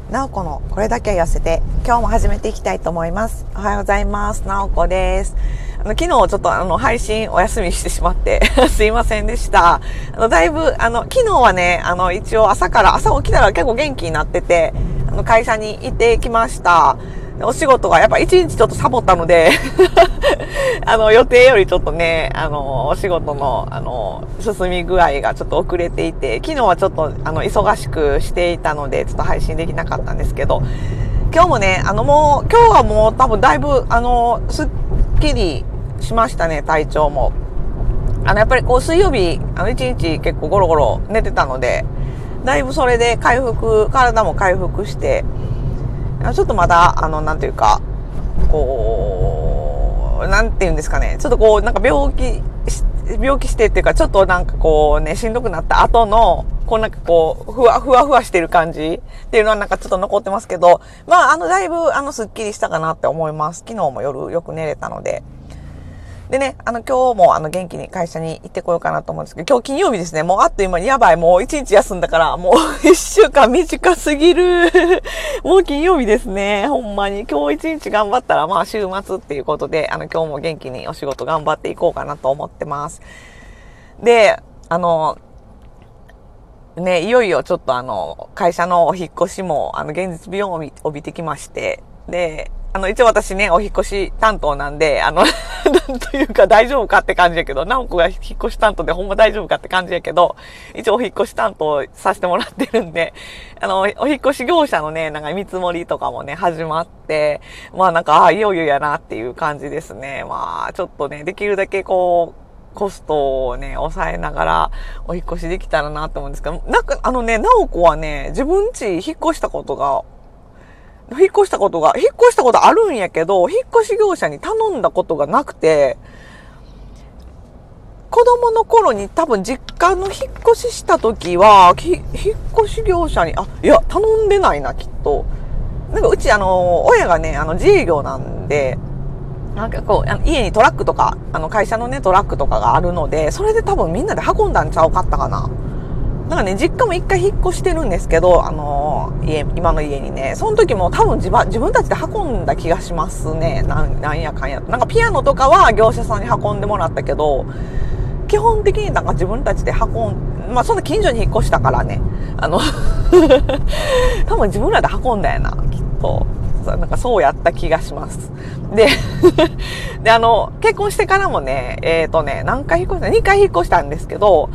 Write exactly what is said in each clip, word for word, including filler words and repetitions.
なおこのこれだけは痩せて、今日も始めていきたいと思います。おはようございます。なおこです。あの昨日ちょっとあの配信お休みしてしまってすいませんでした。あのだいぶあの昨日はね、あの一応朝から朝起きたら結構元気になってて、あの会社に行ってきました。お仕事がやっぱ一日ちょっとサボったのであの予定よりちょっとね、あのお仕事のあの進み具合がちょっと遅れていて、昨日はちょっとあの忙しくしていたのでちょっと配信できなかったんですけど、今日もね、あのもう今日はもう多分だいぶあのすっきりしましたね、体調も。あのやっぱりこう水曜日あの一日結構ゴロゴロ寝てたので、だいぶそれで回復体も回復して。ちょっとまだ、あの、なんていうか、こう、なんていうんですかね。ちょっとこう、なんか病気、病気してっていうか、ちょっとなんかこうね、しんどくなった後の、こうなんかこう、ふわふわふわしてる感じっていうのはなんかちょっと残ってますけど、まあ、あの、だいぶ、あの、スッキリしたかなって思います。昨日も夜よく寝れたので。でね、あの、今日もあの、元気に会社に行ってこようかなと思うんですけど、今日金曜日ですね。もうあっという間にやばい。もう一日休んだから、もう一週間短すぎる。もう金曜日ですね。ほんまに。今日一日頑張ったら、まあ週末っていうことで、あの、今日も元気にお仕事頑張っていこうかなと思ってます。で、あの、ね、いよいよちょっとあの、会社のお引っ越しも、あの、現実味を帯びてきまして、で、あの、一応私ね、お引っ越し担当なんで、あの、なんというか大丈夫かって感じやけど、なおこが引っ越し担当でほんま大丈夫かって感じやけど、一応お引っ越し担当させてもらってるんで、あの、お引っ越し業者のね、なんか見積もりとかもね、始まって、まあなんか、ああ、いよいよやなっていう感じですね。まあ、ちょっとね、できるだけこう、コストをね、抑えながらお引っ越しできたらなと思うんですけど、なんか、あのね、なおこはね、自分家引っ越したことが、引っ越したことが、引っ越したことあるんやけど、引っ越し業者に頼んだことがなくて、子供の頃に多分実家の引っ越しした時は、引っ越し業者に、あ、いや、頼んでないな、きっと。なんかうちあの、親がね、あの、自営業なんで、なんかこう、あの家にトラックとか、あの、会社のね、トラックとかがあるので、それで多分みんなで運んだんちゃうかったかな。なんかね、実家も一回引っ越してるんですけど、あのー、家、今の家にね、その時も多分自分、自分たちで運んだ気がしますね。なん、なんやかんや。なんかピアノとかは業者さんに運んでもらったけど、基本的になんか自分たちで運ん、まあそんな近所に引っ越したからね、あの、多分自分らで運んだやな、きっと。なんかそうやった気がします。で、で、あの、結婚してからもね、えっとね、何回引っ越した ?に 回引っ越したんですけど、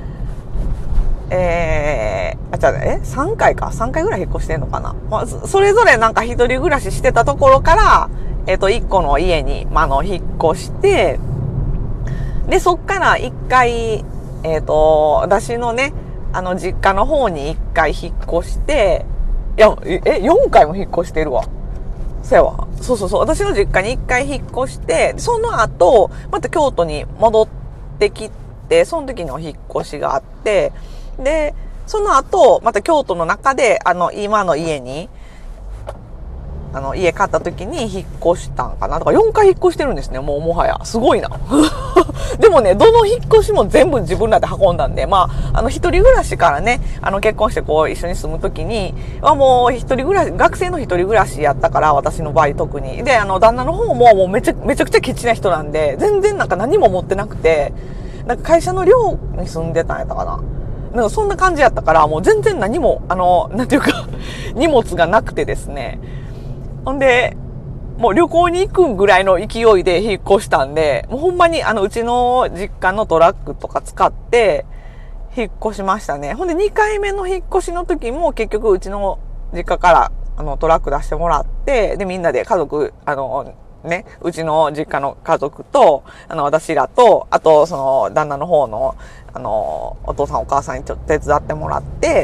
えー、あ、じゃあ、え ?さん 回か。さんかいぐらい引っ越してんのかな。まあ、それぞれなんか一人暮らししてたところから、えっと、いっこの家に、まあ、の、引っ越して、で、そっからいっかい、えっと、私のね、あの、実家の方にいっかい引っ越して、いや、え、よんかいも引っ越してるわ。そうやわ。そうそうそう。私の実家にいっかい引っ越して、その後、また京都に戻ってきて、その時の引っ越しがあって、で、その後、また京都の中で、あの、今の家に、あの、家買った時に引っ越したんかな。だからよんかい引っ越してるんですね。もうもはや。すごいな。でもね、どの引っ越しも全部自分らで運んだんで、まあ、あの、一人暮らしからね、あの、結婚してこう、一緒に住む時に、はもう一人暮らし、学生の一人暮らしやったから、私の場合特に。で、あの、旦那の方ももうめちゃ、めちゃくちゃケチな人なんで、全然なんか何も持ってなくて、なんか会社の寮に住んでたんやったかな。なんかそんな感じやったから、もう全然何も、あの、なんていうか、荷物がなくてですね。ほんで、もう旅行に行くぐらいの勢いで引っ越したんで、もうほんまにあの、うちの実家のトラックとか使って、引っ越しましたね。ほんでにかいめの引っ越しの時も結局うちの実家からあの、トラック出してもらって、で、みんなで家族、あの、ね、うちの実家の家族と、あの、私らと、あと、その、旦那の方の、あの、お父さんお母さんにちょっと手伝ってもらって、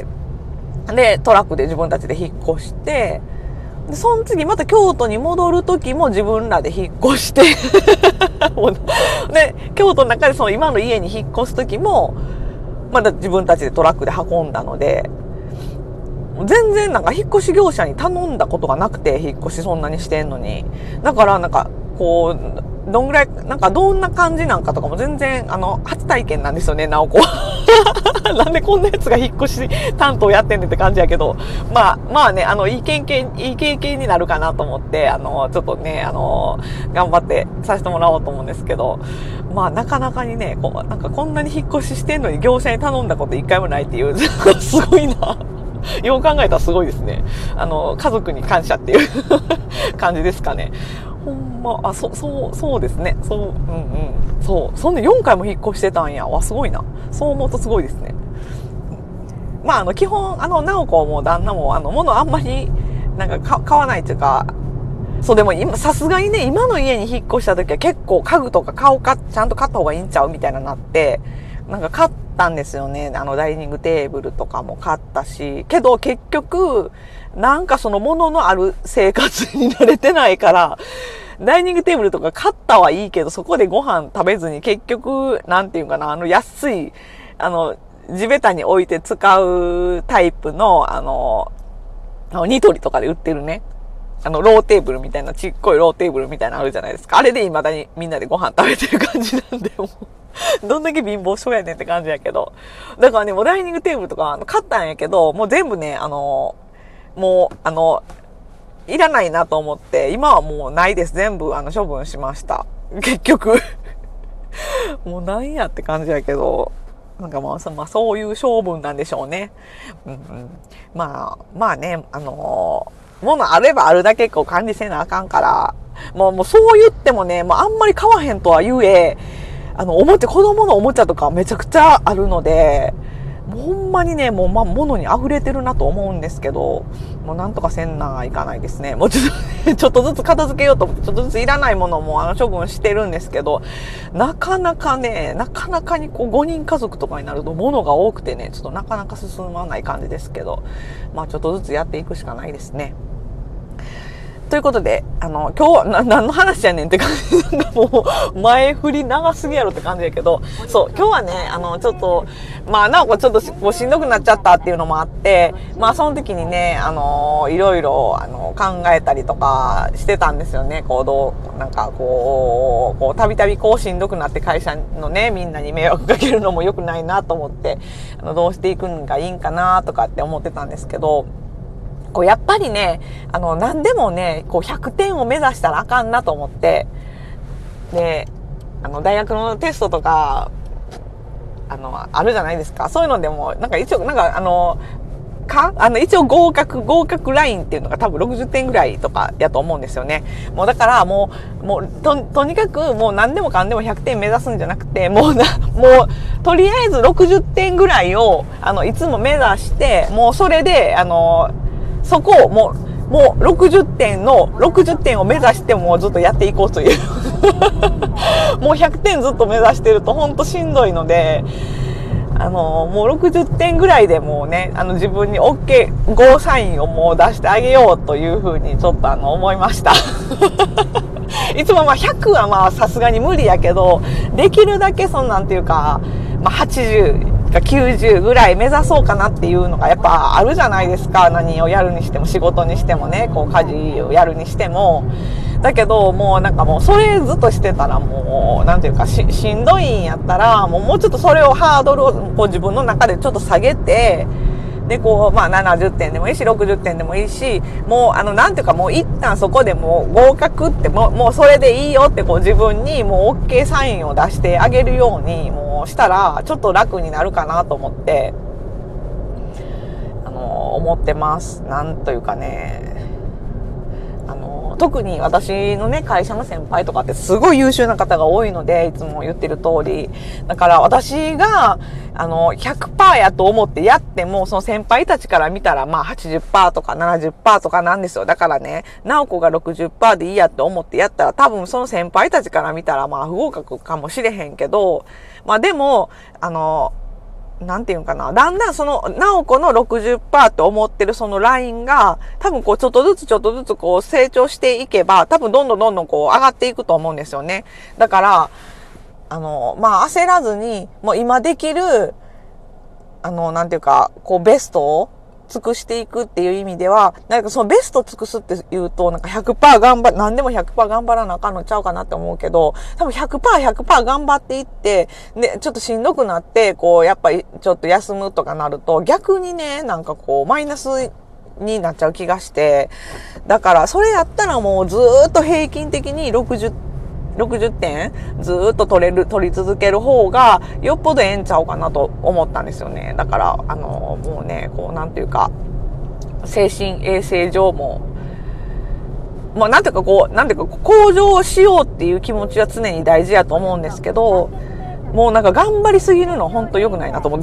で、トラックで自分たちで引っ越して、で、その次また京都に戻る時も自分らで引っ越してで、京都の中でその今の家に引っ越す時も、まだ自分たちでトラックで運んだので、全然なんか引っ越し業者に頼んだことがなくて、引っ越しそんなにしてんのに。だからなんか、こう、 どんぐらい、なんかどんな感じなんかとかも全然、あの、初体験なんですよね、なおこ。なんでこんなやつが引っ越し担当やってんねんって感じやけど、まあ、まあね、あの、いい経験、いい経験になるかなと思って、あの、ちょっとね、あの、頑張ってさせてもらおうと思うんですけど、まあ、なかなかにね、こう、なんかこんなに引っ越ししてんのに業者に頼んだこと一回もないっていう、すごいな。よう考えたらすごいですね。あの、家族に感謝っていう感じですかね。ほんま、あ、そ、そう、そうですね。そう、うんうん。そう。そんなよんかいも引っ越してたんや。わ、すごいな。そう思うとすごいですね。まあ、あの、基本、あの、直子も旦那も、あの、物あんまり、なんか買わないっていうか、そう、でも今、さすがにね、今の家に引っ越した時は結構家具とか買おうか、ちゃんと買った方がいいんちゃうみたいななって、なんか買ったんですよね。あの、ダイニングテーブルとかも買ったし、けど結局、なんかその物のある生活に慣れてないから、ダイニングテーブルとか買ったはいいけど、そこでご飯食べずに結局、なんていうかな、あの安い、あの、地べたに置いて使うタイプの、あの、ニトリとかで売ってるね。あの、ローテーブルみたいな、ちっこいローテーブルみたいなのあるじゃないですか。あれで未だにみんなでご飯食べてる感じなんで、もう、どんだけ貧乏症やねんって感じやけど。だからね、もうダイニングテーブルとか買ったんやけど、もう全部ね、あの、もう、あの、いらないなと思って、今はもうないです。全部、あの、処分しました。結局。もうなんやって感じやけど、なんかまあ、そまあ、そういう性分なんでしょうね。うんうん、まあ、まあね、あのー、ものあればあるだけこう管理せなあかんから、もう、もうそう言ってもね、もうあんまり買わへんとは言え、あの、おもちゃ、子供のおもちゃとかめちゃくちゃあるので、もうほんまにね、もうま、物に溢れてるなと思うんですけど、もうなんとかせんないかないですね。もうちょっと、ちょっとずつ片付けようと思って、ちょっとずついらないものもあの処分してるんですけど、なかなかね、なかなかにこうごにん家族とかになると物が多くてね、ちょっとなかなか進まない感じですけど、まあちょっとずつやっていくしかないですね。ということで、あの、今日はな何の話やねんって感じ。なんかもう、前振り長すぎやろって感じやけど、そう、今日はね、あの、ちょっと、まあ、なおこちょっとしこうしんどくなっちゃったっていうのもあって、まあ、その時にね、あの、いろいろ、あの、考えたりとかしてたんですよね。こう、どう、なんか、こう、こう、たびたびこうしんどくなって会社のね、みんなに迷惑かけるのも良くないなと思って、あの、どうしていくのがいいんかなとかって思ってたんですけど、こうやっぱりね、あの、何でもね、こうひゃくてんを目指したらあかんなと思って、で、あの、大学のテストとか、あの、あるじゃないですか。そういうのでも、なんか一応、なんかあの、かあの、一応合格、合格ラインっていうのが多分ろくじゅってんぐらいとかやと思うんですよね。もうだからもう、もう、と、とにかくもう何でもかんでもひゃくてん目指すんじゃなくて、もうな、もう、とりあえずろくじゅってんぐらいを、あの、いつも目指して、もうそれで、あの、そこをもう、もうろくじゅってんの、ろくじゅってんを目指してもうずっとやっていこうという。もうひゃくてんずっと目指してるとほんとしんどいので、あの、もうろくじゅってんぐらいでもうね、あの自分に OK、ゴーサインをもう出してあげようというふうにちょっとあの思いました。いつもまあひゃくはまあさすがに無理やけど、できるだけそんなんていうか、まあはちじゅうかきゅうじゅうぐらい目指そうかなっていうのがやっぱあるじゃないですか。何をやるにしても仕事にしてもね、こう家事をやるにしても。だけどもうなんかもうそれずっとしてたらもうなんていうか し, しんどいんやったらもうもうちょっとそれをハードルをこう自分の中でちょっと下げて、でこうまあななじゅってんでもいいしろくじゅってんでもいいし、もうあのなんていうかもう一旦そこでもう合格ってもうもうそれでいいよってこう自分にもう OK サインを出してあげるようにもうしたらちょっと楽になるかなと思ってあの思ってます。なんというかね、あの特に私のね会社の先輩とかってすごい優秀な方が多いので、いつも言ってる通りだから私があの ひゃくパーセント やと思ってやってもその先輩たちから見たらまあ はちじゅっパーセント とか ななじゅっパーセント とかなんですよ。だからね、直子が ろくじゅっパーセント でいいやって思ってやったら多分その先輩たちから見たらまあ不合格かもしれへんけど、まあでもあのなんていうんかな。だんだんその、なおこの ろくじゅっパーセント って思ってるそのラインが、多分こうちょっとずつちょっとずつこう成長していけば、多分どんどんどんどんこう上がっていくと思うんですよね。だから、あの、まあ焦らずに、もう今できる、あの、なんていうか、こうベスト尽くしていくっていう意味では、なんかそのベスト尽くすって言うと、なんか ひゃくパーセント 頑張、何でも ひゃくパーセント 頑張らなあかんのちゃうかなって思うけど、多分 ひゃくパーセント、ひゃくパーセント 頑張っていって、で、ちょっとしんどくなって、こう、やっぱりちょっと休むとかなると、逆にね、なんかこう、マイナスになっちゃう気がして、だからそれやったらもうずーっと平均的にろくじゅう、ろくじゅってんずーっと取れる、取り続ける方がよっぽどええんちゃうかなと思ったんですよね。だから、あの、もうね、こう、なんていうか、精神衛生上も、まあ、なんていうかこう、なんていうか、向上しようっていう気持ちは常に大事やと思うんですけど、もうなんか頑張りすぎるの本当良くないなと思って。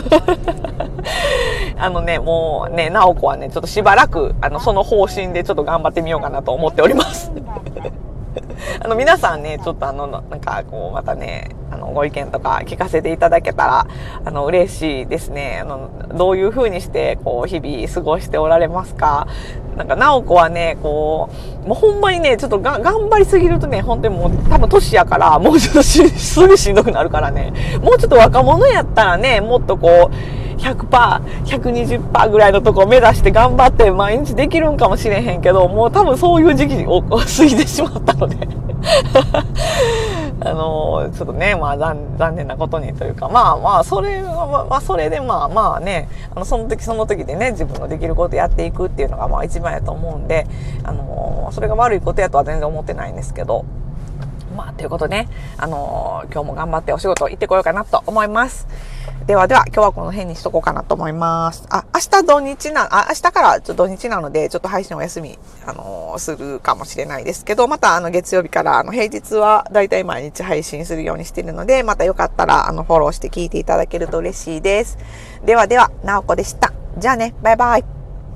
あのね、もうね、なおこはね、ちょっとしばらく、あの、その方針でちょっと頑張ってみようかなと思っております。あの、皆さんね、ちょっとあの、なんか、こう、またね、あの、ご意見とか聞かせていただけたら、あの、嬉しいですね。あの、どういう風にして、こう、日々過ごしておられますか？なんか、なおこはね、こう、もうほんまにね、ちょっとが、頑張りすぎるとね、本当にもう、多分年やから、もうちょっとし、すぐしんどくなるからね。もうちょっと若者やったらね、もっとこう、ひゃくパーセント、ひゃくにじゅっパーセント ぐらいのとこを目指して頑張って毎日できるんかもしれへんけど、もう多分そういう時期を過ぎてしまったので。あの、ちょっとね、まあ残、残念なことにというか、まあまあ、それは、まあ、それでまあまあね、あの、その時その時でね、自分のできることやっていくっていうのがまあ一番やと思うんで、あの、それが悪いことやとは全然思ってないんですけど、まあ、ということでね、あのー、今日も頑張ってお仕事行ってこようかなと思います。ではでは、今日はこの辺にしとこうかなと思います。あ、明日土日な、あ、明日からちょっと土日なので、ちょっと配信お休み、あのー、するかもしれないですけど、またあの、月曜日から、あの、平日はだいたい毎日配信するようにしているので、またよかったら、あの、フォローして聞いていただけると嬉しいです。ではでは、なおこでした。じゃあね、バイバイ。